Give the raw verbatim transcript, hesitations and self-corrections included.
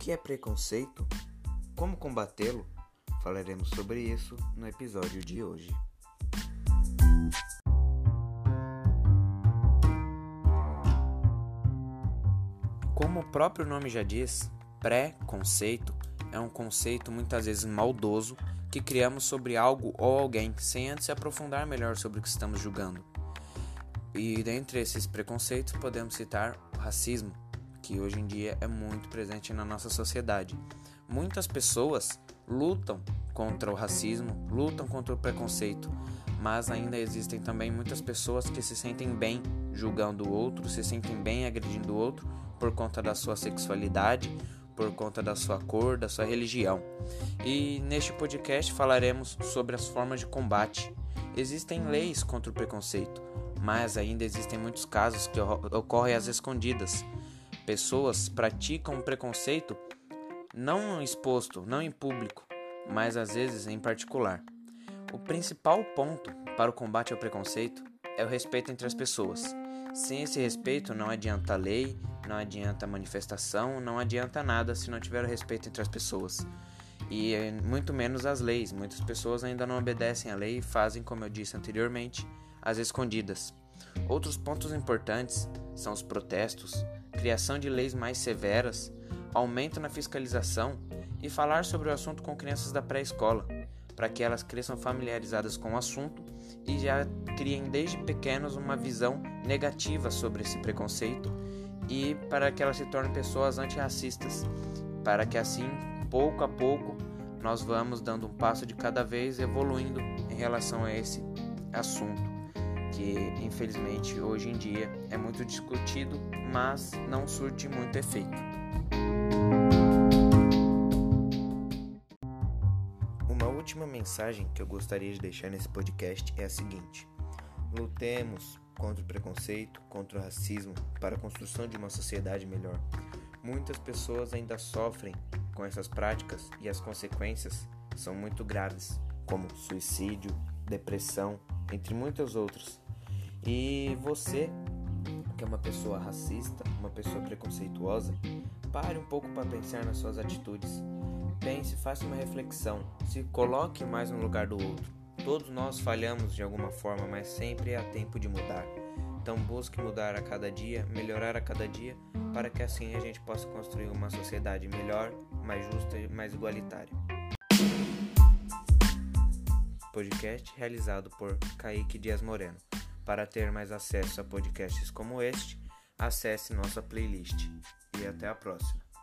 que é preconceito? Como combatê-lo? Falaremos sobre isso no episódio de hoje. Como o próprio nome já diz, pré-conceito é um conceito muitas vezes maldoso que criamos sobre algo ou alguém sem antes se aprofundar melhor sobre o que estamos julgando. E dentre esses preconceitos podemos citar o racismo, que hoje em dia é muito presente na nossa sociedade. Muitas pessoas lutam contra o racismo, lutam contra o preconceito, mas ainda existem também muitas pessoas que se sentem bem julgando o outro, se sentem bem agredindo o outro por conta da sua sexualidade, por conta da sua cor, da sua religião. E neste podcast falaremos sobre as formas de combate. Existem leis contra o preconceito, mas ainda existem muitos casos que ocorrem às escondidas. Pessoas praticam preconceito não exposto, não em público, mas às vezes em particular. O principal ponto para o combate ao preconceito é o respeito entre as pessoas. Sem esse respeito não adianta lei, não adianta manifestação, não adianta nada se não tiver o respeito entre as pessoas. E muito menos as leis. Muitas pessoas ainda não obedecem à lei e fazem, como eu disse anteriormente, às escondidas. Outros pontos importantes são os protestos, criação de leis mais severas, aumento na fiscalização e falar sobre o assunto com crianças da pré-escola, para que elas cresçam familiarizadas com o assunto e já criem desde pequenos uma visão negativa sobre esse preconceito e para que elas se tornem pessoas antirracistas, para que assim, pouco a pouco, nós vamos dando um passo de cada vez evoluindo em relação a esse assunto, que infelizmente hoje em dia é muito discutido, mas não surte muito efeito. Uma última mensagem que eu gostaria de deixar nesse podcast é a seguinte: lutemos contra o preconceito, contra o racismo, para a construção de uma sociedade melhor. Muitas pessoas ainda sofrem com essas práticas e as consequências são muito graves, como suicídio, depressão, entre muitas outras. E você, que é uma pessoa racista, uma pessoa preconceituosa, pare um pouco para pensar nas suas atitudes. Pense, faça uma reflexão, se coloque mais no lugar do outro. Todos nós falhamos de alguma forma, mas sempre há tempo de mudar. Então busque mudar a cada dia, melhorar a cada dia, para que assim a gente possa construir uma sociedade melhor, mais justa e mais igualitária. Podcast realizado por Kaique Dias Moreno. Para ter mais acesso a podcasts como este, acesse nossa playlist. E até a próxima.